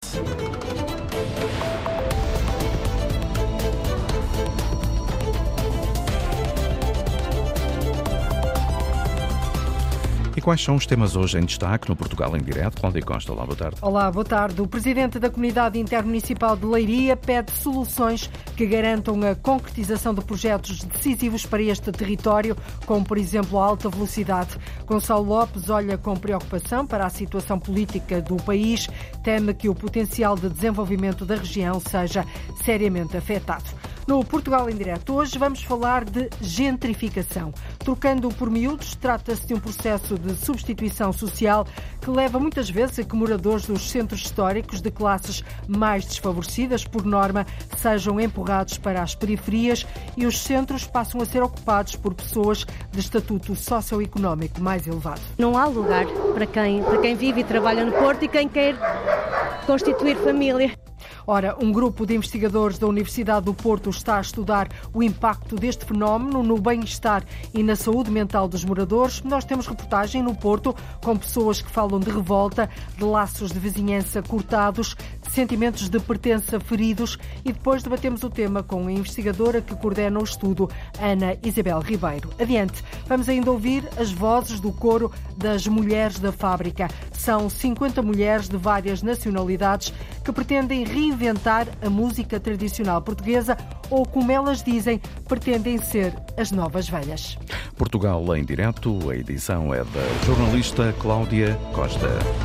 Expresso. E quais são os temas hoje em destaque no Portugal em Direto? Cláudia Costa, olá, boa tarde. Olá, boa tarde. O Presidente da Comunidade Intermunicipal de Leiria pede soluções que garantam a concretização de projetos decisivos para este território, como, por exemplo, a alta velocidade. Gonçalo Lopes olha com preocupação para a situação política do país, teme que o potencial de desenvolvimento da região seja seriamente afetado. No Portugal em Direto, hoje vamos falar de gentrificação. Trocando por miúdos, trata-se de um processo de substituição social que leva muitas vezes a que moradores dos centros históricos de classes mais desfavorecidas, por norma, sejam empurrados para as periferias e os centros passam a ser ocupados por pessoas de estatuto socioeconómico mais elevado. Não há lugar para quem vive e trabalha no Porto e quem quer constituir família. Ora, um grupo de investigadores da Universidade do Porto está a estudar o impacto deste fenómeno no bem-estar e na saúde mental dos moradores. Nós temos reportagem no Porto com pessoas que falam de revolta, de laços de vizinhança cortados, de sentimentos de pertença feridos e depois debatemos o tema com a investigadora que coordena o estudo, Ana Isabel Ribeiro. Adiante, vamos ainda ouvir as vozes do coro das mulheres da fábrica. São 50 mulheres de várias nacionalidades que pretendem reinventar a música tradicional portuguesa ou, como elas dizem, pretendem ser as novas velhas. Portugal em Direto, a edição é da jornalista Cláudia Costa.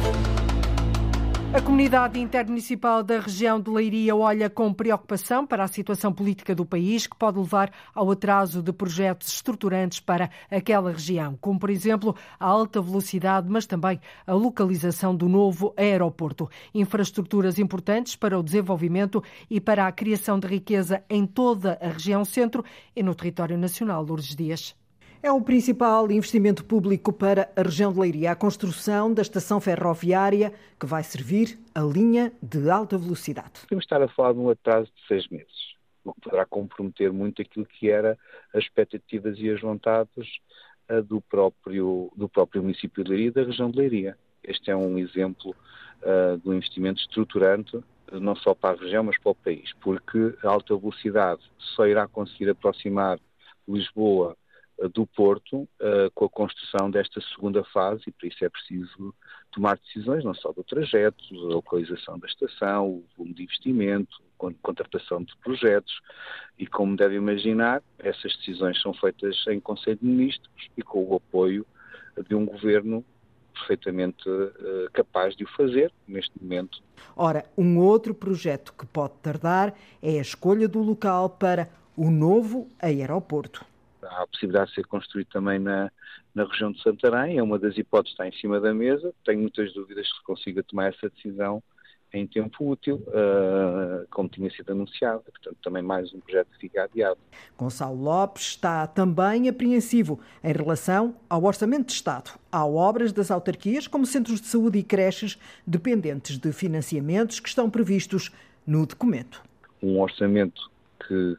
A Comunidade Intermunicipal da região de Leiria olha com preocupação para a situação política do país, que pode levar ao atraso de projetos estruturantes para aquela região, como, por exemplo, a alta velocidade, mas também a localização do novo aeroporto. Infraestruturas importantes para o desenvolvimento e para a criação de riqueza em toda a região centro e no território nacional. Lourdes Dias. É o principal investimento público para a região de Leiria, a construção da estação ferroviária que vai servir a linha de alta velocidade. Temos de estar a falar de um atraso de 6 meses, o que poderá comprometer muito aquilo que era as expectativas e as vontades do próprio município de Leiria e da região de Leiria. Este é um exemplo de um investimento estruturante, não só para a região, mas para o país, porque a alta velocidade só irá conseguir aproximar Lisboa do Porto com a construção desta segunda fase e por isso é preciso tomar decisões não só do trajeto, da localização da estação, o volume de investimento, contratação de projetos e, como deve imaginar, essas decisões são feitas em Conselho de Ministros e com o apoio de um governo perfeitamente capaz de o fazer neste momento. Ora, um outro projeto que pode tardar é a escolha do local para o novo aeroporto. Há a possibilidade de ser construído também na região de Santarém, é uma das hipóteses que está em cima da mesa. Tenho muitas dúvidas que se consiga tomar essa decisão em tempo útil, como tinha sido anunciado. Portanto, também mais um projeto que fica adiado. Gonçalo Lopes está também apreensivo em relação ao Orçamento de Estado. Há obras das autarquias, como centros de saúde e creches, dependentes de financiamentos que estão previstos no documento. Um orçamento que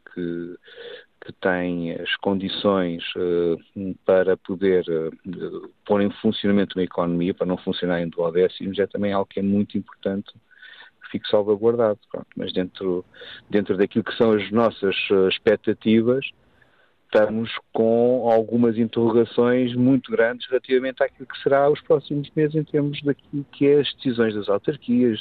tem as condições para poder pôr em funcionamento uma economia, para não funcionar em duodécimos, é também algo que é muito importante que fique salvaguardado. Pronto, mas dentro daquilo que são as nossas expectativas, estamos com algumas interrogações muito grandes relativamente àquilo que será os próximos meses em termos daquilo que é as decisões das autarquias,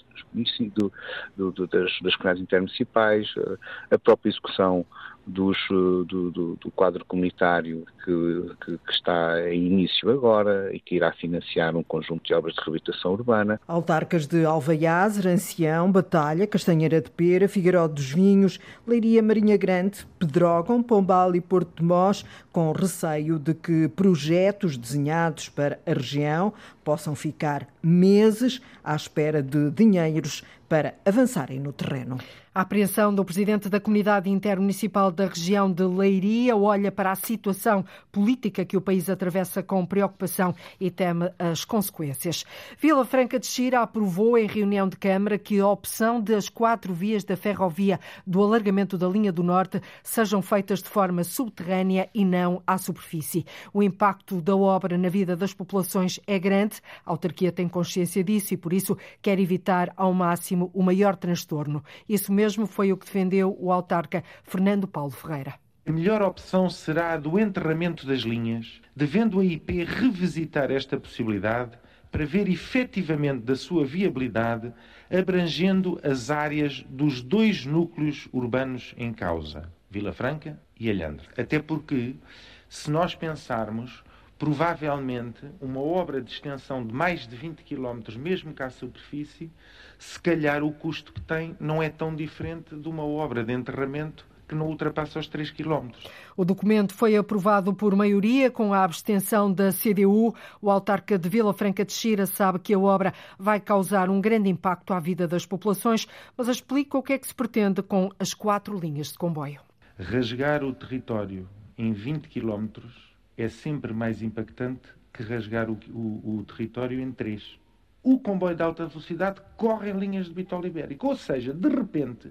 das comunidades intermunicipais, a própria execução do quadro comunitário que está em início agora e que irá financiar um conjunto de obras de reabilitação urbana. Autarcas de Alvaiás, Ancião, Batalha, Castanheira de Pera, Figueiró dos Vinhos, Leiria, Marinha Grande, Pedrógão, Pombal e Porto de Mós, com receio de que projetos desenhados para a região possam ficar meses à espera de dinheiros para avançarem no terreno. A apreensão do presidente da Comunidade Intermunicipal da região de Leiria olha para a situação política que o país atravessa com preocupação e teme as consequências. Vila Franca de Xira aprovou em reunião de Câmara que a opção das 4 vias da ferrovia do alargamento da linha do Norte sejam feitas de forma subterrânea e não à superfície. O impacto da obra na vida das populações é grande. A autarquia tem consciência disso e, por isso, quer evitar ao máximo o maior transtorno. Isso mesmo foi o que defendeu o autarca Fernando Paulo Ferreira. A melhor opção será a do enterramento das linhas, devendo a IP revisitar esta possibilidade para ver efetivamente da sua viabilidade, abrangendo as áreas dos 2 núcleos urbanos em causa, Vila Franca e Alhandra. Até porque, se nós pensarmos, provavelmente uma obra de extensão de mais de 20 km, mesmo que à superfície, se calhar o custo que tem não é tão diferente de uma obra de enterramento que não ultrapassa os 3 km. O documento foi aprovado por maioria, com a abstenção da CDU. O autarca de Vila Franca de Xira sabe que a obra vai causar um grande impacto à vida das populações, mas explica o que é que se pretende com as 4 linhas de comboio. Rasgar o território em 20 km é sempre mais impactante que rasgar o território em 3. O comboio de alta velocidade corre em linhas de bitola ibérica, ou seja, de repente,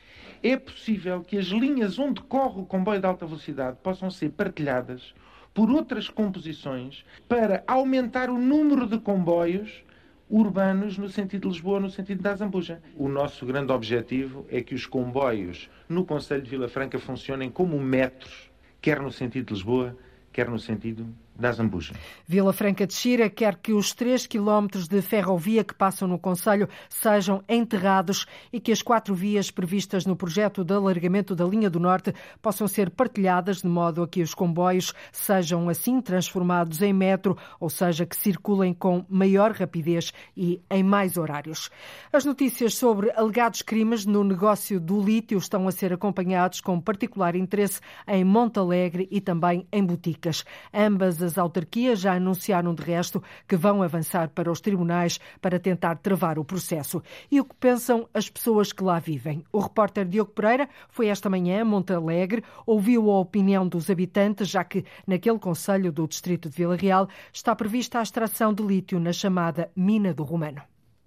é possível que as linhas onde corre o comboio de alta velocidade possam ser partilhadas por outras composições para aumentar o número de comboios urbanos no sentido de Lisboa, no sentido da Azambuja. O nosso grande objetivo é que os comboios no concelho de Vila Franca funcionem como metros, quer no sentido de Lisboa, quer no sentido da Azambuja. Vila Franca de Xira quer que os 3 quilómetros de ferrovia que passam no concelho sejam enterrados e que as 4 vias previstas no projeto de alargamento da linha do Norte possam ser partilhadas de modo a que os comboios sejam assim transformados em metro, ou seja, que circulem com maior rapidez e em mais horários. As notícias sobre alegados crimes no negócio do lítio estão a ser acompanhados com particular interesse em Montalegre e também em Boticas. Ambas as autarquias já anunciaram, de resto, que vão avançar para os tribunais para tentar travar o processo. E o que pensam as pessoas que lá vivem? O repórter Diogo Pereira foi esta manhã a Montalegre, ouviu a opinião dos habitantes, já que naquele concelho do distrito de Vila Real está prevista a extração de lítio na chamada Mina do Romano.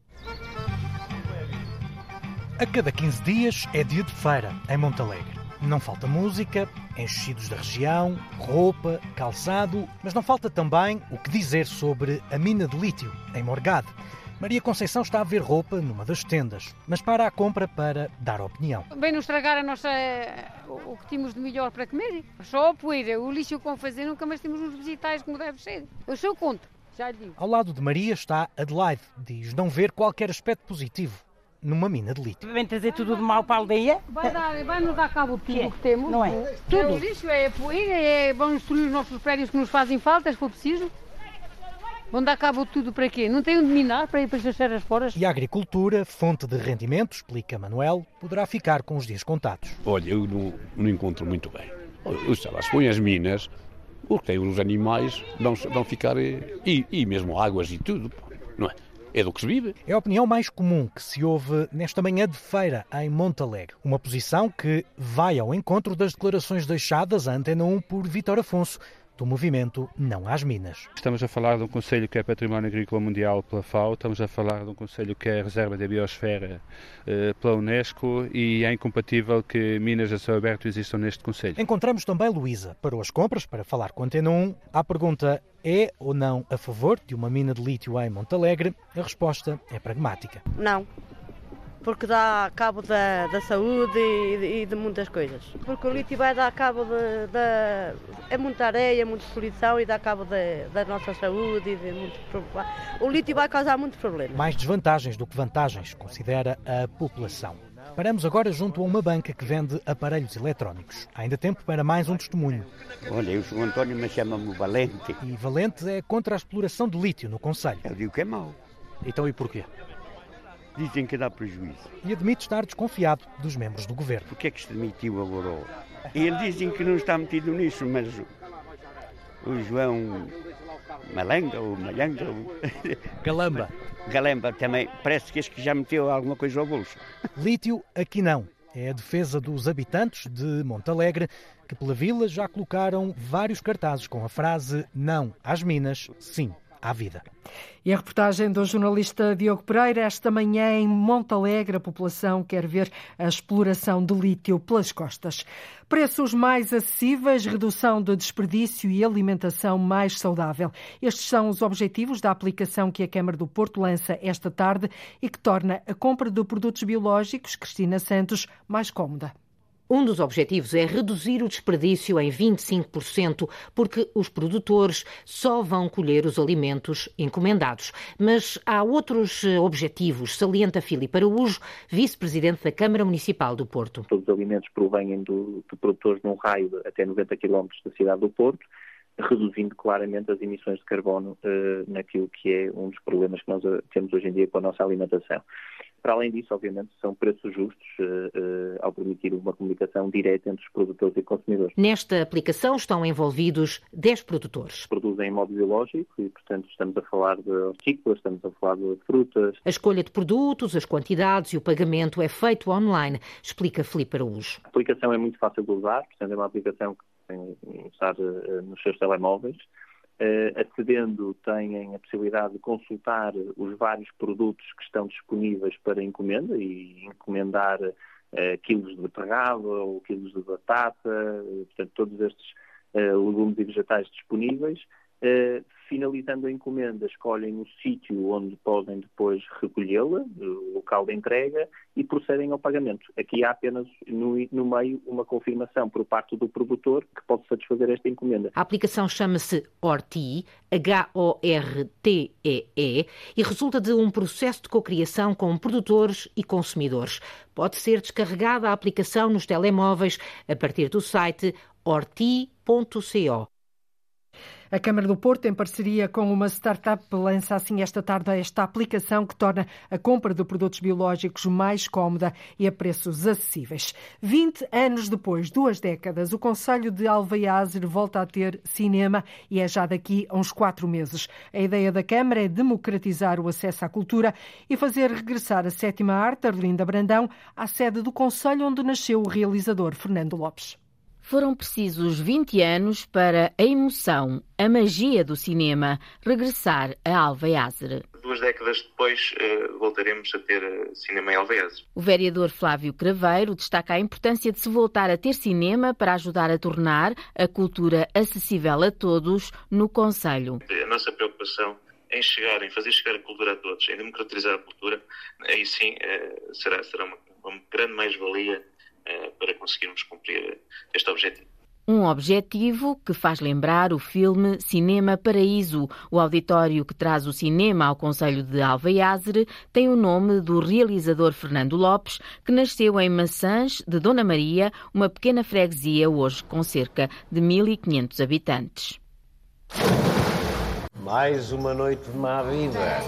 A cada 15 dias é dia de feira em Montalegre. Não falta música, enchidos da região, roupa, calçado, mas não falta também o que dizer sobre a mina de lítio, em Morgade. Maria Conceição está a ver roupa numa das tendas, mas para a compra para dar opinião. Bem-nos estragar o que tínhamos de melhor para comer. Só a poeira, o lixo que vão fazer, nunca mais temos uns vegetais como deve ser. Eu sou contra, já lhe digo. Ao lado de Maria está Adelaide, diz não ver qualquer aspecto positivo numa mina de lítio. Vem trazer tudo de mal para a aldeia? Vai-nos dar cabo de tudo que temos. Não é? Tudo. É o lixo, é a poeira, vão destruir os nossos prédios que nos fazem falta, se for preciso. Vão dar cabo de tudo para quê? Não tem onde minar para ir para as terras fora? E a agricultura, fonte de rendimento, explica Manuel, poderá ficar com os dias contados. Olha, eu não encontro muito bem. Se elas põem as minas, o que tem os animais vão ficar... E mesmo águas e tudo, não é? É do que se vive. É a opinião mais comum que se ouve nesta manhã de feira em Montalegre. Uma posição que vai ao encontro das declarações deixadas à Antena 1 por Vítor Afonso, do movimento Não às Minas. Estamos a falar de um concelho que é Património Agrícola Mundial pela FAO, estamos a falar de um concelho que é Reserva da Biosfera pela Unesco e é incompatível que minas a céu aberto existam neste concelho. Encontramos também Luísa, parou as compras para falar com a Antena 1. À pergunta é ou não a favor de uma mina de lítio em Montalegre, a resposta é pragmática. Não. Porque dá cabo da saúde e de muitas coisas. Porque o lítio vai dar cabo é muita areia, muita poluição e dá cabo da nossa saúde e de muitos problemas. O lítio vai causar muitos problemas. Mais desvantagens do que vantagens, considera a população. Paramos agora junto a uma banca que vende aparelhos eletrónicos. Há ainda tempo para mais um testemunho. Olha, eu sou António, mas chama-me Valente. E Valente é contra a exploração de lítio no concelho. Eu digo que é mau. Então e porquê? Dizem que dá prejuízo. E admite estar desconfiado dos membros do governo. Porquê é que se demitiu agora? E eles dizem que não está metido nisso, mas o João Malanga ou Malhanga... Galamba também, parece que já meteu alguma coisa ao bolso. Lítio aqui não. É a defesa dos habitantes de Montalegre, que pela vila já colocaram vários cartazes com a frase não às minas, sim à vida. E a reportagem do jornalista Diogo Pereira, esta manhã em Montalegre, a população quer ver a exploração de lítio pelas costas. Preços mais acessíveis, redução de desperdício e alimentação mais saudável. Estes são os objetivos da aplicação que a Câmara do Porto lança esta tarde e que torna a compra de produtos biológicos, Cristina Santos, mais cómoda. Um dos objetivos é reduzir o desperdício em 25%, porque os produtores só vão colher os alimentos encomendados. Mas há outros objetivos, salienta Filipe Araújo, vice-presidente da Câmara Municipal do Porto. Todos os alimentos provêm de produtores num raio de até 90 km da cidade do Porto, reduzindo claramente as emissões de carbono naquilo que é um dos problemas que nós temos hoje em dia com a nossa alimentação. Para além disso, obviamente, são preços justos ao permitir uma comunicação direta entre os produtores e consumidores. Nesta aplicação estão envolvidos 10 produtores. Produzem em modo biológico e, portanto, estamos a falar de hortícolas, estamos a falar de frutas. A escolha de produtos, as quantidades e o pagamento é feito online, explica Filipe Araújo. A aplicação é muito fácil de usar, portanto, é uma aplicação que tem que usar nos seus telemóveis. Acedendo, têm a possibilidade de consultar os vários produtos que estão disponíveis para encomenda e encomendar quilos de beterraba ou quilos de batata, portanto, todos estes legumes e vegetais disponíveis. Finalizando a encomenda, escolhem o sítio onde podem depois recolhê-la, o local de entrega, e procedem ao pagamento. Aqui há apenas no meio uma confirmação por parte do produtor que pode satisfazer esta encomenda. A aplicação chama-se Hortee, Hortee, e resulta de um processo de cocriação com produtores e consumidores. Pode ser descarregada a aplicação nos telemóveis a partir do site hortee.co. A Câmara do Porto, em parceria com uma startup, lança assim esta tarde esta aplicação que torna a compra de produtos biológicos mais cómoda e a preços acessíveis. 20 anos depois, 2 décadas, o concelho de Alveiaze volta a ter cinema e é já daqui a uns 4 meses. A ideia da Câmara é democratizar o acesso à cultura e fazer regressar a 7ª arte, Arlinda Brandão, à sede do concelho onde nasceu o realizador Fernando Lopes. Foram precisos 20 anos para a emoção, a magia do cinema, regressar a Alveiaze. 2 décadas depois voltaremos a ter cinema em Alveiaze. O vereador Flávio Craveiro destaca a importância de se voltar a ter cinema para ajudar a tornar a cultura acessível a todos no concelho. A nossa preocupação em fazer chegar a cultura a todos, em democratizar a cultura, aí sim será uma grande mais-valia para conseguirmos cumprir este objetivo. Um objetivo que faz lembrar o filme Cinema Paraíso. O auditório que traz o cinema ao concelho de Alveiaze tem o nome do realizador Fernando Lopes, que nasceu em Maçãs de Dona Maria, uma pequena freguesia hoje com cerca de 1.500 habitantes. Mais uma noite de má vida.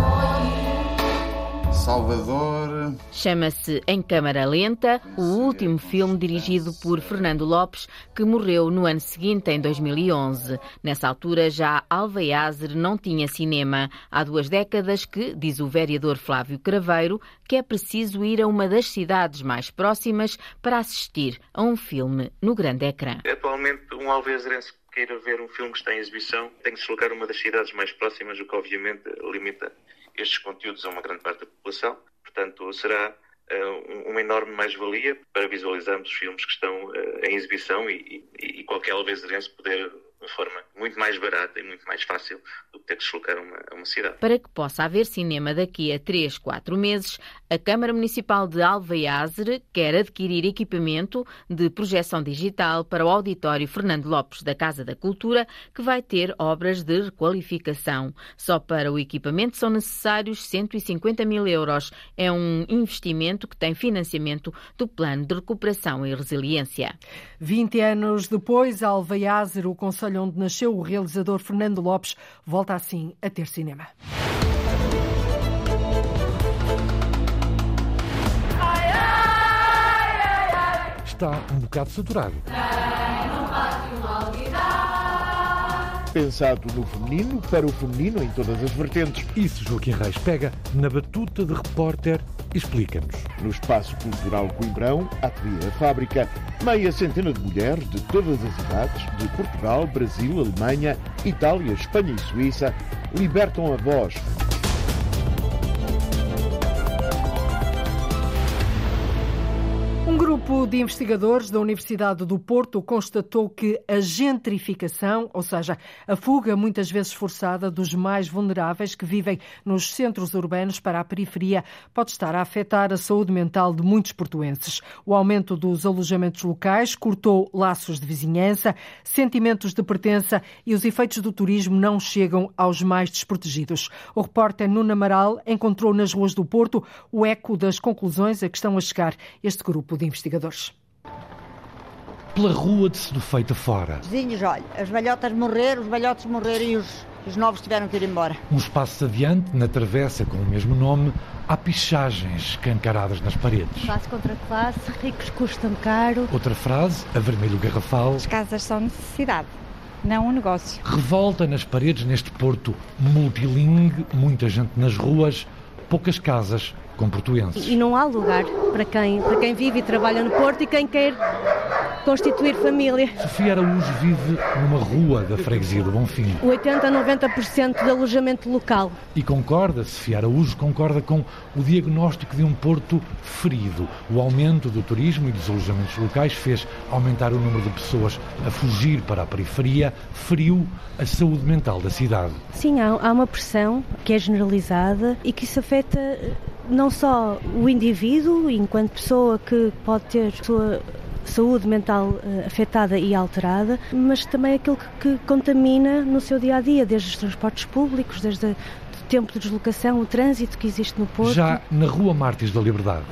Salvador. Chama-se Em Câmara Lenta, o último filme dirigido por Fernando Lopes, que morreu no ano seguinte, em 2011. Nessa altura, já Alveiaze não tinha cinema. Há 2 décadas que, diz o vereador Flávio Craveiro, que é preciso ir a uma das cidades mais próximas para assistir a um filme no grande ecrã. Atualmente, um alveiazense que queira ver um filme que está em exibição tem que se deslocar a uma das cidades mais próximas, o que obviamente limita estes conteúdos a uma grande parte da população. Portanto, será uma enorme mais-valia para visualizarmos os filmes que estão em exibição e qualquer alveiazense poder, de uma forma muito mais barata e muito mais fácil do que ter que deslocar a uma cidade. Para que possa haver cinema daqui a 3, 4 meses, a Câmara Municipal de Alveiaze quer adquirir equipamento de projeção digital para o auditório Fernando Lopes da Casa da Cultura, que vai ter obras de requalificação. Só para o equipamento são necessários 150 mil euros. É um investimento que tem financiamento do Plano de Recuperação e Resiliência. 20 anos depois, Alveiaze, o concelho onde nasceu o realizador Fernando Lopes, volta assim a ter cinema. Está um bocado saturado. Pensado no feminino, para o feminino em todas as vertentes. Isso, Joaquim Reis, pega na batuta de repórter e explica-nos. No Espaço Cultural Coimbrão, Ateliê Fábrica, meia centena de mulheres de todas as idades, de Portugal, Brasil, Alemanha, Itália, Espanha e Suíça, libertam a voz. Um grupo de investigadores da Universidade do Porto constatou que a gentrificação, ou seja, a fuga muitas vezes forçada dos mais vulneráveis que vivem nos centros urbanos para a periferia, pode estar a afetar a saúde mental de muitos portuenses. O aumento dos alojamentos locais cortou laços de vizinhança, sentimentos de pertença e os efeitos do turismo não chegam aos mais desprotegidos. O repórter Nuno Amaral encontrou nas ruas do Porto o eco das conclusões a que estão a chegar este grupo de investigadores. Pela rua de Sedufeita fora. Vizinhos, olha, as velhotas morreram, os velhotes morreram e os novos tiveram que ir embora. Uns passos adiante, na travessa com o mesmo nome, há pichagens escancaradas nas paredes. Classe contra classe, ricos custam caro. Outra frase, a vermelho garrafal. As casas são necessidade, não um negócio. Revolta nas paredes neste Porto multilingue, muita gente nas ruas, poucas casas com portuenses. E não há lugar para quem vive e trabalha no Porto e quem quer constituir família. Sofia Araújo vive numa rua da freguesia do Bonfim. 80% a 90% de alojamento local. E Sofia Araújo concorda com o diagnóstico de um Porto ferido. O aumento do turismo e dos alojamentos locais fez aumentar o número de pessoas a fugir para a periferia, feriu a saúde mental da cidade. Sim, há uma pressão que é generalizada e que isso afeta não só o indivíduo, enquanto pessoa que pode ter a sua saúde mental afetada e alterada, mas também aquilo que contamina no seu dia-a-dia, desde os transportes públicos, desde o tempo de deslocação, o trânsito que existe no Porto. Já na Rua Mártires da Liberdade?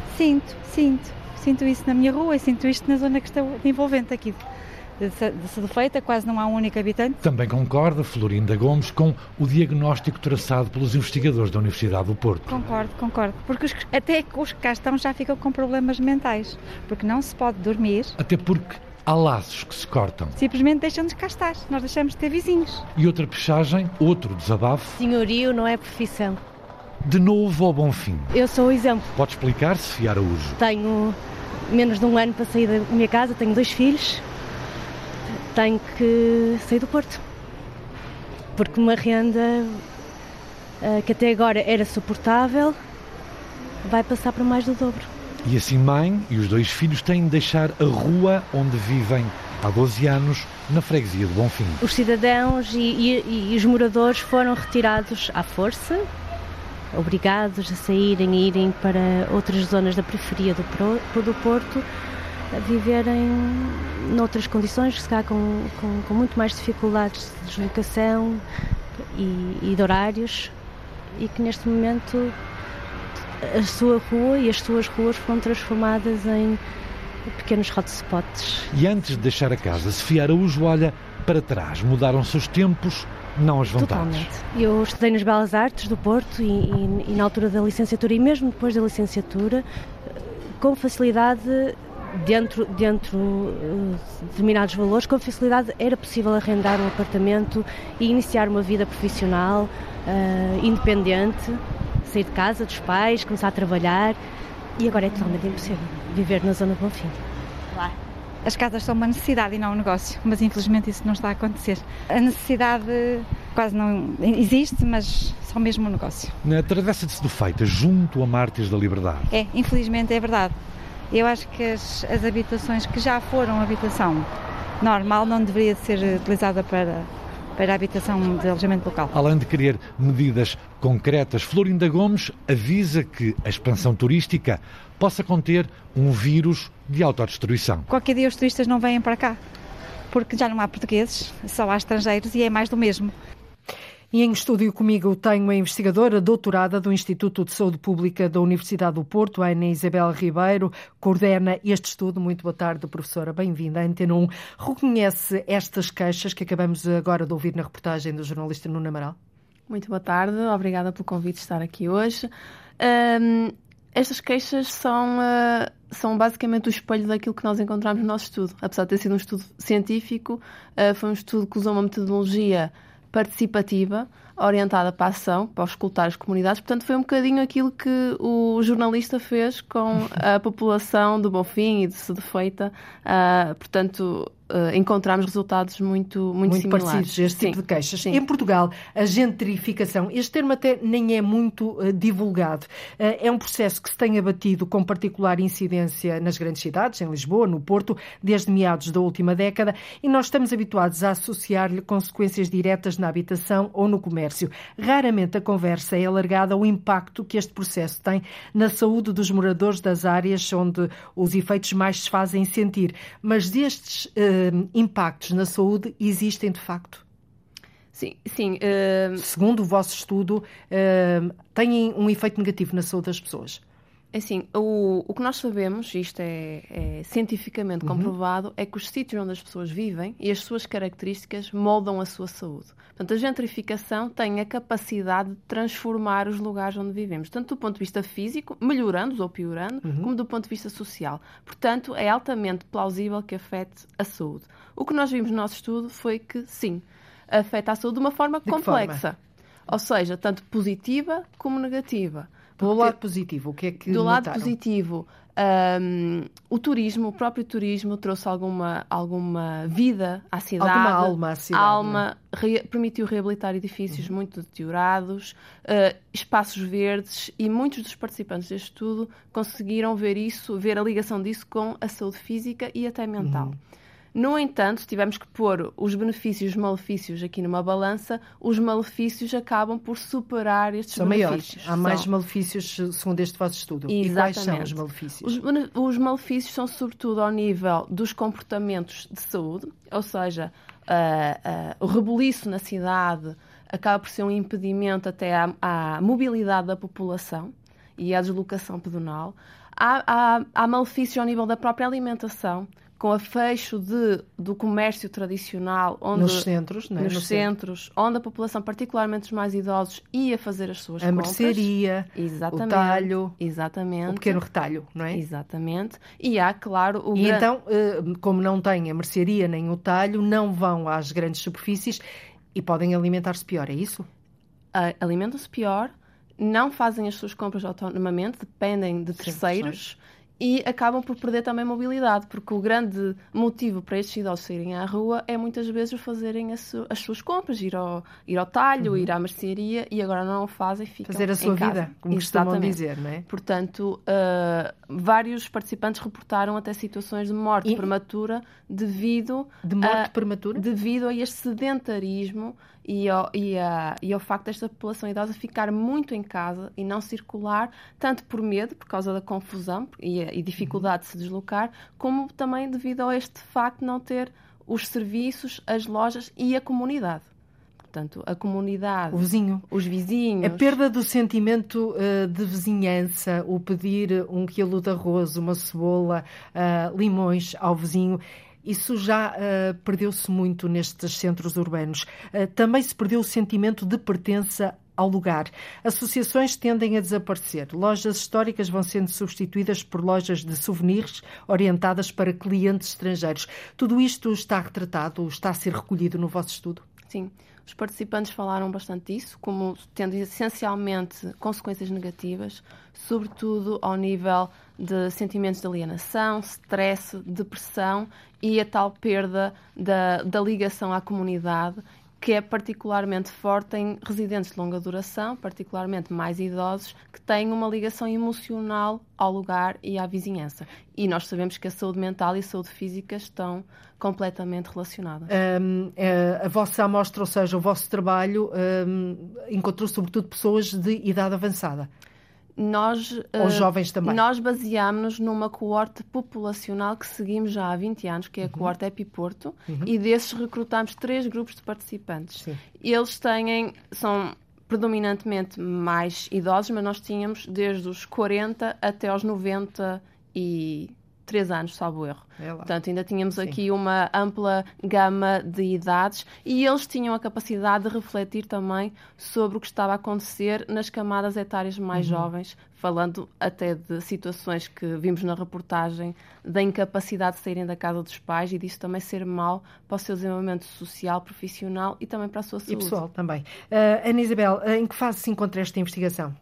Sinto isso na minha rua e sinto isto na zona que está envolvente aqui de Sedufeita, quase não há um único habitante. Também concorda Florinda Gomes com o diagnóstico traçado pelos investigadores da Universidade do Porto. Concordo, porque até os que cá estão já ficam com problemas mentais, porque não se pode dormir. Até porque há laços que se cortam. Simplesmente deixam-nos cá estar, nós deixamos de ter vizinhos. E outra pichagem, outro desabafo. Senhorio não é profissão. De novo ao Bonfim. Eu sou o exemplo. Pode explicar, Sofia Araújo? Tenho menos de um ano para sair da minha casa, tenho 2 filhos. Tenho que sair do Porto, porque uma renda que até agora era suportável vai passar para mais do dobro. E assim mãe e os 2 filhos têm de deixar a rua onde vivem há 12 anos, na freguesia de Bonfim. Os cidadãos e os moradores foram retirados à força, obrigados a saírem e irem para outras zonas da periferia do Porto, a viverem noutras condições, se calhar com muito mais dificuldades de deslocação e de horários, e que neste momento a sua rua e as suas ruas foram transformadas em pequenos hotspots. E antes de deixar a casa, Sofia Araújo olha para trás. Mudaram-se os tempos, não as vontades. Totalmente. Eu estudei nas Belas Artes do Porto e na altura da licenciatura e mesmo depois da licenciatura, com facilidade, dentro de determinados valores, com facilidade era possível arrendar um apartamento e iniciar uma vida profissional independente, sair de casa dos pais, começar a trabalhar, e agora é totalmente impossível viver na zona do Bonfim. As casas são uma necessidade e não um negócio, mas infelizmente isso não está a acontecer. A necessidade quase não existe, mas só mesmo um negócio. Na travessa de Sedufeita, junto a Mártires da Liberdade. Infelizmente é verdade. Eu acho que as habitações que já foram habitação normal não deveria ser utilizada para a habitação de alojamento local. Além de querer medidas concretas, Florinda Gomes avisa que a expansão turística possa conter um vírus de autodestruição. Qualquer dia os turistas não vêm para cá, porque já não há portugueses, só há estrangeiros e é mais do mesmo. E em estúdio comigo tenho a investigadora doutorada do Instituto de Saúde Pública da Universidade do Porto, Ana Isabel Ribeiro, coordena este estudo. Muito boa tarde, professora, bem-vinda à Antena 1. Reconhece estas queixas que acabamos agora de ouvir na reportagem do jornalista Nuno Amaral? Muito boa tarde, obrigada pelo convite de estar aqui hoje. Estas queixas são basicamente o espelho daquilo que nós encontramos no nosso estudo. Apesar de ter sido um estudo científico, foi um estudo que usou uma metodologia participativa, orientada para a ação, para escutar as comunidades. Portanto, foi um bocadinho aquilo que o jornalista fez com a população do Bonfim e de Sedefeita. Portanto, encontramos resultados muito similares. Parecidos a este tipo de queixas. Sim. Em Portugal, a gentrificação, este termo até nem é muito divulgado. É um processo que se tem abatido com particular incidência nas grandes cidades, em Lisboa, no Porto, desde meados da última década, e nós estamos habituados a associar-lhe consequências diretas na habitação ou no comércio. Raramente a conversa é alargada ao impacto que este processo tem na saúde dos moradores das áreas onde os efeitos mais se fazem sentir. Mas destes impactos na saúde existem de facto? Sim. Segundo o vosso estudo, têm um efeito negativo na saúde das pessoas? Assim, o que nós sabemos, isto é cientificamente comprovado, é que os sítios onde as pessoas vivem e as suas características moldam a sua saúde. Portanto, a gentrificação tem a capacidade de transformar os lugares onde vivemos, tanto do ponto de vista físico, melhorando-os ou piorando, como do ponto de vista social. Portanto, é altamente plausível que afete a saúde. O que nós vimos no nosso estudo foi que, sim, afeta a saúde de uma forma complexa. Ou seja, tanto positiva como negativa. Do lado positivo, o que é que do notaram? lado positivo, o próprio turismo trouxe alguma vida à cidade. Alguma alma à cidade. Permitiu reabilitar edifícios muito deteriorados, espaços verdes, e muitos dos participantes deste estudo conseguiram ver a ligação disso com a saúde física e até mental. No entanto, se tivermos que pôr os benefícios e os malefícios aqui numa balança, os malefícios acabam por superar estes benefícios. Maiores. Há mais malefícios, segundo este vosso estudo. Exatamente. E quais são os malefícios? Os malefícios são sobretudo ao nível dos comportamentos de saúde, ou seja, o rebuliço na cidade acaba por ser um impedimento até à mobilidade da população e à deslocação pedonal. Há malefícios ao nível da própria alimentação, com a fecho do comércio tradicional, nos centros, onde a população, particularmente os mais idosos, ia fazer as suas compras. A mercearia, o talho, o pequeno retalho, não é? Exatamente. E há, claro, então, como não têm a mercearia nem o talho, não vão às grandes superfícies e podem alimentar-se pior, é isso? Alimentam-se pior, não fazem as suas compras autonomamente, dependem de terceiros. E acabam por perder também mobilidade, porque o grande motivo para estes idosos saírem à rua é muitas vezes fazerem as suas compras, ir ao talho, ir à mercearia, e agora não o fazem e ficam fazer a sua casa. Vida, como costumam dizer, não é? Portanto, vários participantes reportaram até situações de morte prematura devido a este sedentarismo e ao facto desta população idosa ficar muito em casa e não circular, tanto por medo, por causa da confusão e dificuldade de se deslocar, como também devido a este facto de não ter os serviços, as lojas e a comunidade. Portanto, a comunidade, os vizinhos. A perda do sentimento de vizinhança, o pedir 1 quilo de arroz, uma cebola, limões ao vizinho, isso já perdeu-se muito nestes centros urbanos. Também se perdeu o sentimento de pertença ao lugar. Associações tendem a desaparecer. Lojas históricas vão sendo substituídas por lojas de souvenirs orientadas para clientes estrangeiros. Tudo isto está retratado, está a ser recolhido no vosso estudo? Sim. Os participantes falaram bastante disso, como tendo essencialmente consequências negativas, sobretudo ao nível de sentimentos de alienação, stress, depressão e a tal perda da ligação à comunidade, que é particularmente forte em residentes de longa duração, particularmente mais idosos, que têm uma ligação emocional ao lugar e à vizinhança. E nós sabemos que a saúde mental e a saúde física estão completamente relacionadas. A vossa amostra, ou seja, o vosso trabalho, encontrou sobretudo pessoas de idade avançada? Ou jovens também? Nós baseámos-nos numa coorte populacional que seguimos já há 20 anos, que é a coorte Epiporto, e desses recrutámos 3 grupos de participantes. Sim. Eles são predominantemente mais idosos, mas nós tínhamos desde os 40 até aos 90 e 3 anos, salvo erro. Portanto, ainda tínhamos aqui uma ampla gama de idades e eles tinham a capacidade de refletir também sobre o que estava a acontecer nas camadas etárias mais jovens, falando até de situações que vimos na reportagem da incapacidade de saírem da casa dos pais e disso também ser mau para o seu desenvolvimento social, profissional e também para a sua saúde. E pessoal também. Ana Isabel, em que fase se encontra esta investigação?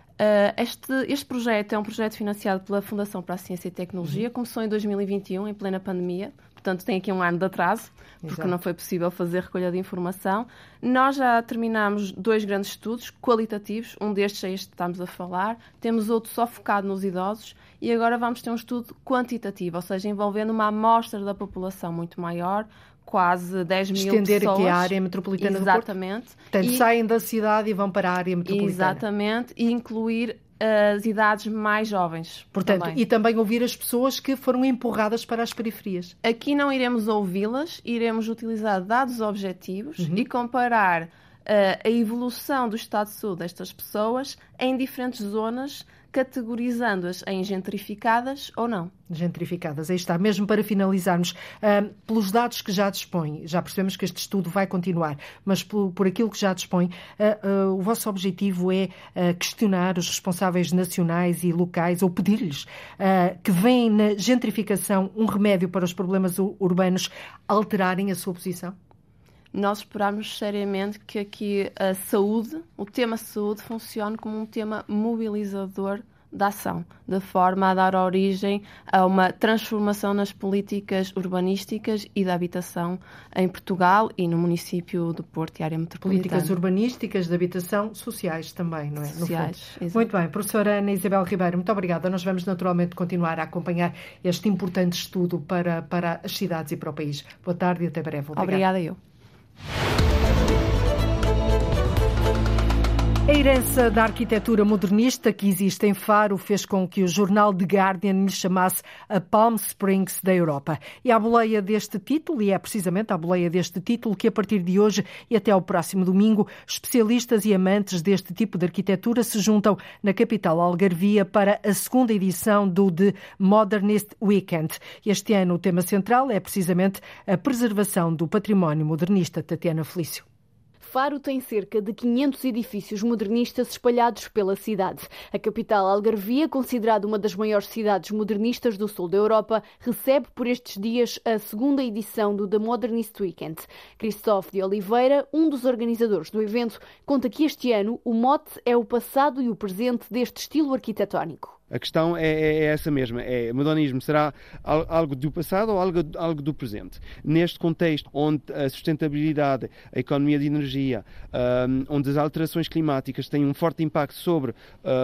Este projeto é um projeto financiado pela Fundação para a Ciência e Tecnologia, começou em 2021, em plena pandemia, portanto tem aqui um ano de atraso, porque não foi possível fazer recolha de informação. Nós já terminámos 2 grandes estudos qualitativos, um destes é este que estamos a falar, temos outro só focado nos idosos e agora vamos ter um estudo quantitativo, ou seja, envolvendo uma amostra da população muito maior, quase 10 mil pessoas. Estender aqui a área metropolitana do Porto. Exatamente. Portanto, saem da cidade e vão para a área metropolitana. Exatamente, e incluir as idades mais jovens. Portanto, e também ouvir as pessoas que foram empurradas para as periferias. Aqui não iremos ouvi-las, iremos utilizar dados objetivos e comparar a evolução do estado de saúde destas pessoas em diferentes zonas, categorizando-as em gentrificadas ou não. Gentrificadas, aí está. Mesmo para finalizarmos, pelos dados que já dispõe, já percebemos que este estudo vai continuar, mas por aquilo que já dispõe, o vosso objetivo é questionar os responsáveis nacionais e locais ou pedir-lhes que veem na gentrificação um remédio para os problemas urbanos alterarem a sua posição? Nós esperamos seriamente que aqui a saúde, o tema saúde, funcione como um tema mobilizador da ação, de forma a dar origem a uma transformação nas políticas urbanísticas e da habitação em Portugal e no município do Porto e área metropolitana. Políticas urbanísticas, de habitação, sociais também, não é? Sociais, no fundo. Muito bem. Professora Ana Isabel Ribeiro, muito obrigada. Nós vamos naturalmente continuar a acompanhar este importante estudo para as cidades e para o país. Boa tarde e até breve. Obrigada eu. A herança da arquitetura modernista que existe em Faro fez com que o jornal The Guardian lhe chamasse a Palm Springs da Europa. E à boleia deste título, e é precisamente à boleia deste título que a partir de hoje e até ao próximo domingo, especialistas e amantes deste tipo de arquitetura se juntam na capital algarvia para a segunda edição do The Modernist Weekend. Este ano o tema central é precisamente a preservação do património modernista. Tatiana Felício. Faro tem cerca de 500 edifícios modernistas espalhados pela cidade. A capital algarvia, considerada uma das maiores cidades modernistas do sul da Europa, recebe por estes dias a segunda edição do The Modernist Weekend. Cristóvão de Oliveira, um dos organizadores do evento, conta que este ano o mote é o passado e o presente deste estilo arquitetónico. A questão é essa mesma, o modernismo será algo do passado ou algo do presente? Neste contexto onde a sustentabilidade, a economia de energia, onde as alterações climáticas têm um forte impacto sobre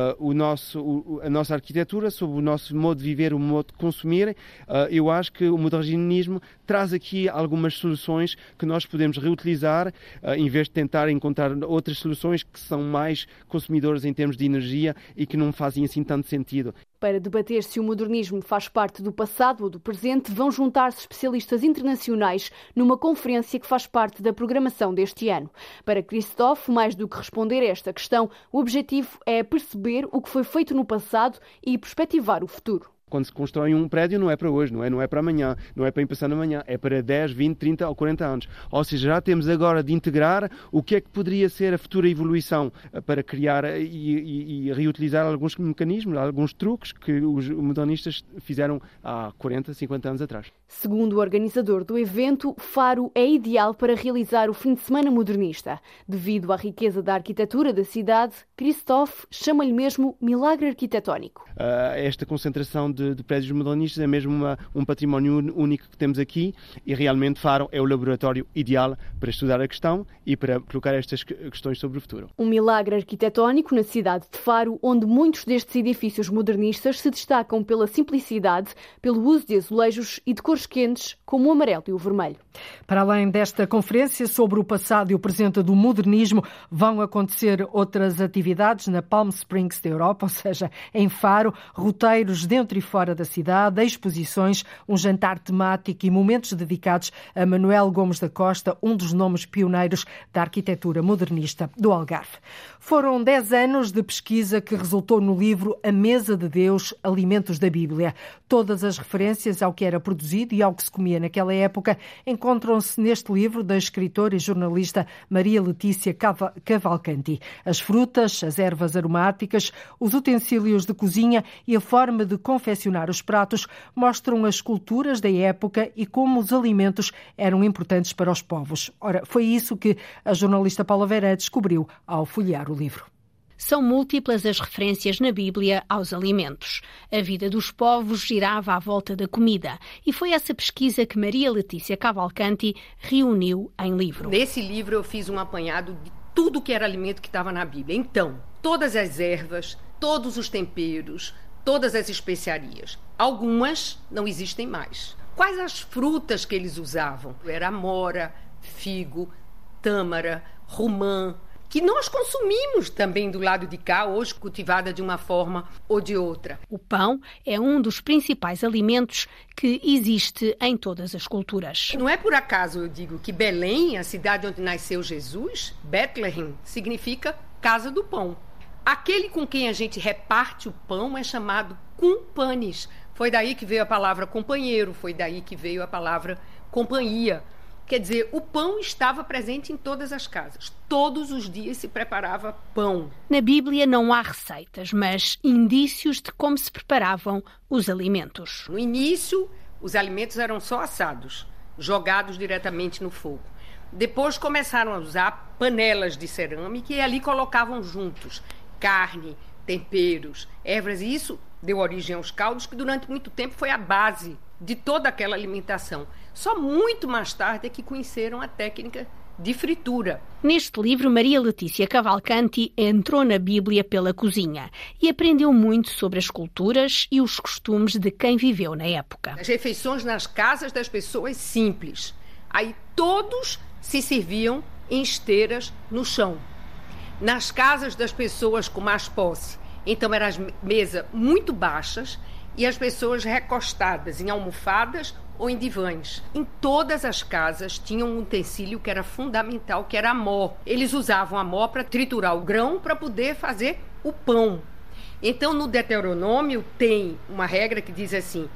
a nossa arquitetura, sobre o nosso modo de viver, o modo de consumir, eu acho que o modernismo traz aqui algumas soluções que nós podemos reutilizar, em vez de tentar encontrar outras soluções que são mais consumidoras em termos de energia e que não fazem assim tanto sentido. Para debater se o modernismo faz parte do passado ou do presente, vão juntar-se especialistas internacionais numa conferência que faz parte da programação deste ano. Para Cristóvão, mais do que responder a esta questão, o objetivo é perceber o que foi feito no passado e perspectivar o futuro. Quando se constrói um prédio não é para hoje, não é para amanhã, não é para passar amanhã, é para 10, 20, 30 ou 40 anos. Ou seja, já temos agora de integrar o que é que poderia ser a futura evolução para criar e reutilizar alguns mecanismos, alguns truques que os modernistas fizeram há 40, 50 anos atrás. Segundo o organizador do evento, Faro é ideal para realizar o fim de semana modernista. Devido à riqueza da arquitetura da cidade, Cristóvão chama-lhe mesmo milagre arquitetónico. Esta concentração de prédios modernistas é mesmo um património único que temos aqui e realmente Faro é o laboratório ideal para estudar a questão e para colocar estas questões sobre o futuro. Um milagre arquitetónico na cidade de Faro, onde muitos destes edifícios modernistas se destacam pela simplicidade, pelo uso de azulejos e de cores cores quentes como o amarelo e o vermelho. Para além desta conferência sobre o passado e o presente do modernismo, vão acontecer outras atividades na Palm Springs da Europa, ou seja, em Faro, roteiros dentro e fora da cidade, exposições, um jantar temático e momentos dedicados a Manuel Gomes da Costa, um dos nomes pioneiros da arquitetura modernista do Algarve. Foram 10 anos de pesquisa que resultou no livro A Mesa de Deus, Alimentos da Bíblia. Todas as referências ao que era produzido e ao que se comia naquela época encontram-se neste livro da escritora e jornalista Maria Letícia Cavalcanti. As frutas, as ervas aromáticas, os utensílios de cozinha e a forma de confeccionar os pratos mostram as culturas da época e como os alimentos eram importantes para os povos. Ora, foi isso que a jornalista Paula Vera descobriu ao folhear o livro. São múltiplas as referências na Bíblia aos alimentos. A vida dos povos girava à volta da comida e foi essa pesquisa que Maria Letícia Cavalcanti reuniu em livro. Nesse livro eu fiz um apanhado de tudo que era alimento que estava na Bíblia. Então, todas as ervas, todos os temperos, todas as especiarias. Algumas não existem mais. Quais as frutas que eles usavam? Era amora, figo, tâmara, romã, que nós consumimos também do lado de cá, hoje cultivada de uma forma ou de outra. O pão é um dos principais alimentos que existe em todas as culturas. Não é por acaso, eu digo, que Belém, a cidade onde nasceu Jesus, Bethlehem, significa casa do pão. Aquele com quem a gente reparte o pão é chamado cumpanes. Foi daí que veio a palavra companheiro, foi daí que veio a palavra companhia. Quer dizer, o pão estava presente em todas as casas. Todos os dias se preparava pão. Na Bíblia não há receitas, mas indícios de como se preparavam os alimentos. No início, os alimentos eram só assados, jogados diretamente no fogo. Depois começaram a usar panelas de cerâmica e ali colocavam juntos carne, temperos, ervas. E isso deu origem aos caldos, que durante muito tempo foi a base de toda aquela alimentação. Só muito mais tarde é que conheceram a técnica de fritura. Neste livro, Maria Letícia Cavalcanti entrou na Bíblia pela cozinha e aprendeu muito sobre as culturas e os costumes de quem viveu na época. As refeições nas casas das pessoas simples. Aí todos se serviam em esteiras no chão. Nas casas das pessoas com mais posse, então eram as mesas muito baixas e as pessoas recostadas em almofadas ou em divãs. Em todas as casas tinham um utensílio que era fundamental, que era a mó. Eles usavam a mó para triturar o grão para poder fazer o pão. Então, no Deuteronômio tem uma regra que diz assim: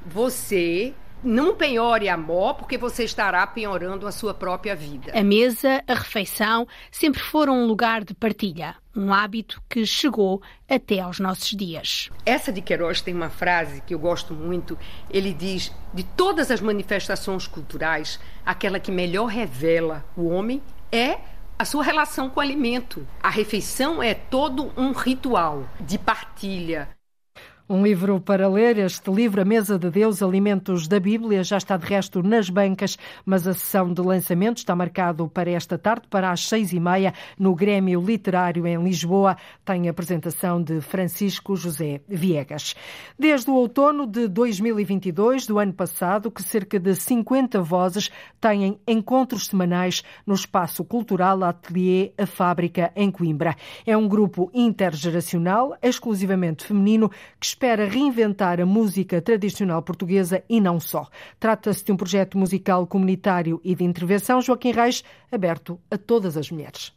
você não penhore a mó, porque você estará penhorando a sua própria vida. A mesa, a refeição, sempre foram um lugar de partilha, um hábito que chegou até aos nossos dias. Essa de Queiroz tem uma frase que eu gosto muito. Ele diz: de todas as manifestações culturais, aquela que melhor revela o homem é a sua relação com o alimento. A refeição é todo um ritual de partilha. Um livro para ler, este livro, A Mesa de Deus, Alimentos da Bíblia, já está de resto nas bancas, mas a sessão de lançamento está marcado para esta tarde, para às 6h30, no Grêmio Literário em Lisboa. Tem a apresentação de Francisco José Viegas. Desde o outono de 2022, do ano passado, que cerca de 50 vozes têm encontros semanais no Espaço Cultural Atelier A Fábrica, em Coimbra. É um grupo intergeracional, exclusivamente feminino, que espera reinventar a música tradicional portuguesa e não só. Trata-se de um projeto musical comunitário e de intervenção, Joaquim Reis, aberto a todas as mulheres.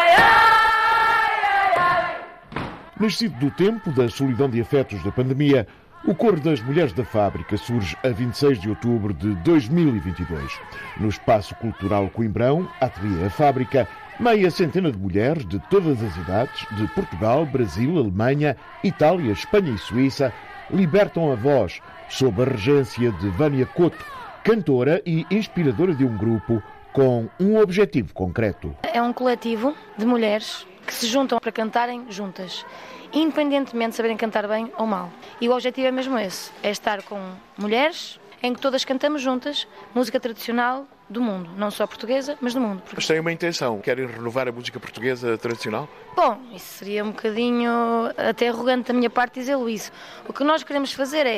Nascido do tempo da solidão de afetos da pandemia, o Coro das Mulheres da Fábrica surge a 26 de outubro de 2022. No Espaço Cultural Coimbrão, Atelier A Fábrica, meia centena de mulheres de todas as idades, de Portugal, Brasil, Alemanha, Itália, Espanha e Suíça, libertam a voz sob a regência de Vânia Couto, cantora e inspiradora de um grupo com um objetivo concreto. É um coletivo de mulheres que se juntam para cantarem juntas, independentemente de saberem cantar bem ou mal. E o objetivo é mesmo esse, é estar com mulheres em que todas cantamos juntas música tradicional do mundo, não só portuguesa, mas do mundo. Mas têm uma intenção, querem renovar a música portuguesa tradicional? Bom, isso seria um bocadinho até arrogante da minha parte dizê-lo isso. O que nós queremos fazer é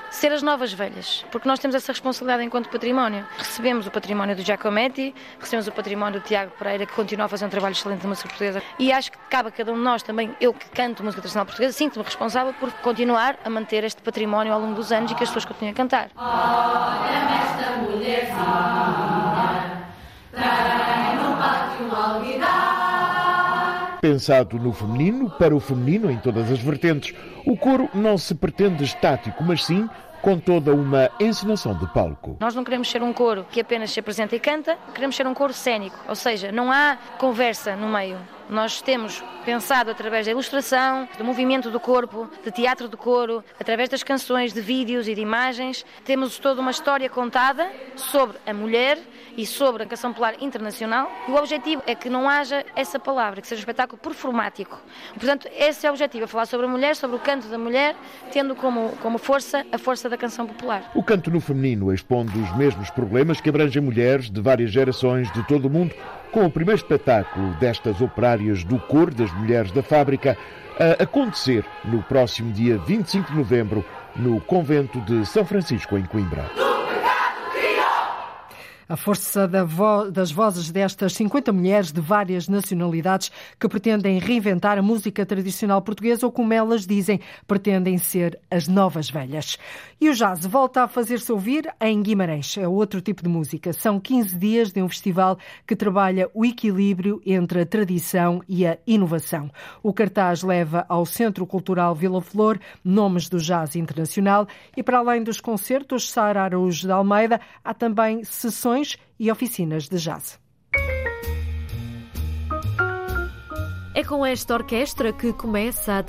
ser as novas velhas, porque nós temos essa responsabilidade enquanto património. Recebemos o património do Giacometti, recebemos o património do Tiago Pereira, que continua a fazer um trabalho excelente na música portuguesa, e acho que cabe a cada um de nós também, eu que canto música tradicional portuguesa, sinto-me responsável por continuar a manter este património ao longo dos anos e que as pessoas continuem a cantar. Olha-me esta mulherzinha, tem no pátio um alguidar. Pensado no feminino, para o feminino em todas as vertentes, o coro não se pretende estático, mas sim com toda uma encenação de palco. Nós não queremos ser um coro que apenas se apresenta e canta, queremos ser um coro cénico, ou seja, não há conversa no meio. Nós temos pensado através da ilustração, do movimento do corpo, de teatro do coro, através das canções, de vídeos e de imagens, temos toda uma história contada sobre a mulher e sobre a canção popular internacional. E o objetivo é que não haja essa palavra, que seja um espetáculo performático. Portanto, esse é o objetivo, falar sobre a mulher, sobre o canto da mulher, tendo como força a força da canção popular. O canto no feminino expondo os mesmos problemas que abrangem mulheres de várias gerações de todo o mundo, com o primeiro espetáculo destas operárias do coro das mulheres da fábrica a acontecer no próximo dia 25 de novembro no convento de São Francisco, em Coimbra. A força das vozes destas 50 mulheres de várias nacionalidades que pretendem reinventar a música tradicional portuguesa ou, como elas dizem, pretendem ser as novas velhas. E o jazz volta a fazer-se ouvir em Guimarães. É outro tipo de música. São 15 dias de um festival que trabalha o equilíbrio entre a tradição e a inovação. O cartaz leva ao Centro Cultural Vila Flor nomes do jazz internacional e, para além dos concertos Sara Araújo de Almeida, há também sessões e oficinas de jazz. É com esta orquestra que começa a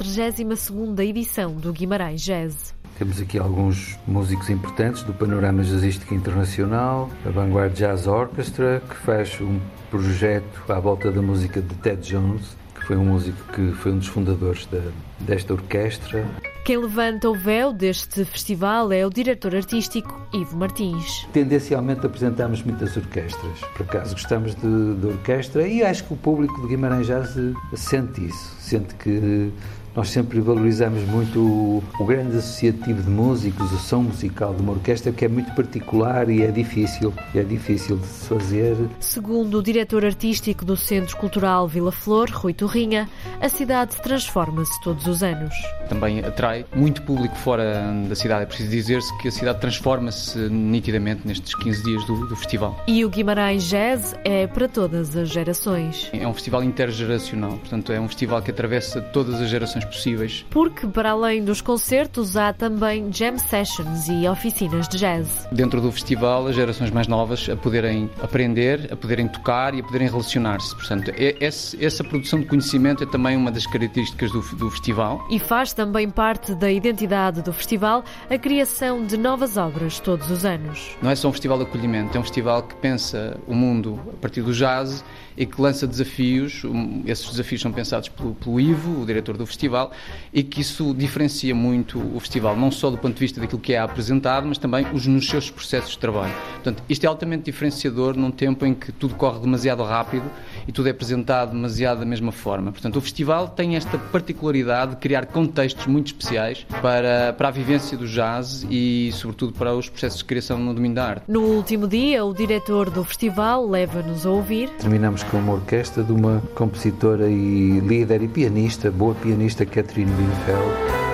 32ª edição do Guimarães Jazz. Temos aqui alguns músicos importantes do panorama jazzístico internacional, a Vanguard Jazz Orchestra, que faz um projeto à volta da música de Ted Jones, que foi um músico que foi um dos fundadores desta orquestra. Quem levanta o véu deste festival é o diretor artístico Ivo Martins. Tendencialmente apresentamos muitas orquestras. Por acaso gostamos de orquestra e acho que o público de Guimarães Jazz sente isso. Sente que nós sempre valorizamos muito o grande associativo de músicos, o som musical de uma orquestra, que é muito particular e é difícil de se fazer. Segundo o diretor artístico do Centro Cultural Vila Flor, Rui Torrinha, a cidade transforma-se todos os anos. Também atrai muito público fora da cidade. É preciso dizer-se que a cidade transforma-se nitidamente nestes 15 dias do festival. E o Guimarães Jazz é para todas as gerações. É um festival intergeracional, portanto é um festival que atravessa todas as gerações possíveis. Porque, para além dos concertos, há também jam sessions e oficinas de jazz. Dentro do festival, as gerações mais novas a poderem aprender, a poderem tocar e a poderem relacionar-se. Portanto, essa produção de conhecimento é também uma das características do festival. E faz também parte da identidade do festival a criação de novas obras todos os anos. Não é só um festival de acolhimento, é um festival que pensa o mundo a partir do jazz e que lança desafios. Esses desafios são pensados pelo Ivo, o diretor do festival, e que isso diferencia muito o festival, não só do ponto de vista daquilo que é apresentado, mas também nos seus processos de trabalho. Portanto, isto é altamente diferenciador num tempo em que tudo corre demasiado rápido e tudo é apresentado demasiado da mesma forma. Portanto, o festival tem esta particularidade de criar contextos muito especiais para a vivência do jazz e, sobretudo, para os processos de criação no domínio da arte. No último dia, o diretor do festival leva-nos a ouvir. Terminamos com uma orquestra de uma compositora e líder e pianista, boa pianista, Catherine Winfeld.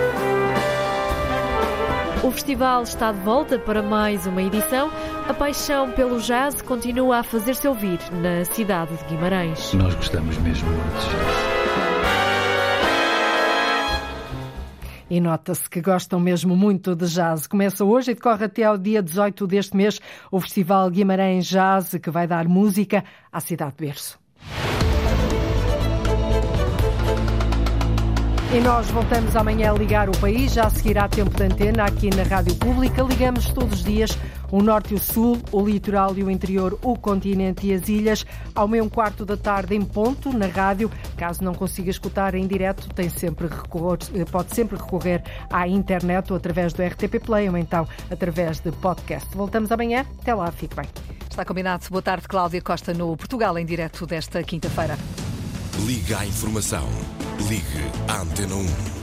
O festival está de volta para mais uma edição. A paixão pelo jazz continua a fazer-se ouvir na cidade de Guimarães. Nós gostamos mesmo muito de jazz. E nota-se que gostam mesmo muito de jazz. Começa hoje e decorre até ao dia 18 deste mês o Festival Guimarães Jazz, que vai dar música à cidade de berço. E nós voltamos amanhã a ligar o país, já seguirá tempo de antena aqui na Rádio Pública. Ligamos todos os dias o norte e o sul, o litoral e o interior, o continente e as ilhas, ao 13h da tarde em ponto, na rádio. Caso não consiga escutar em direto, pode sempre recorrer à internet ou através do RTP Play ou então através de podcast. Voltamos amanhã. Até lá, fique bem. Está combinado. Boa tarde, Cláudia Costa, no Portugal em direto desta quinta-feira. Liga à informação. Ligue à Antena 1.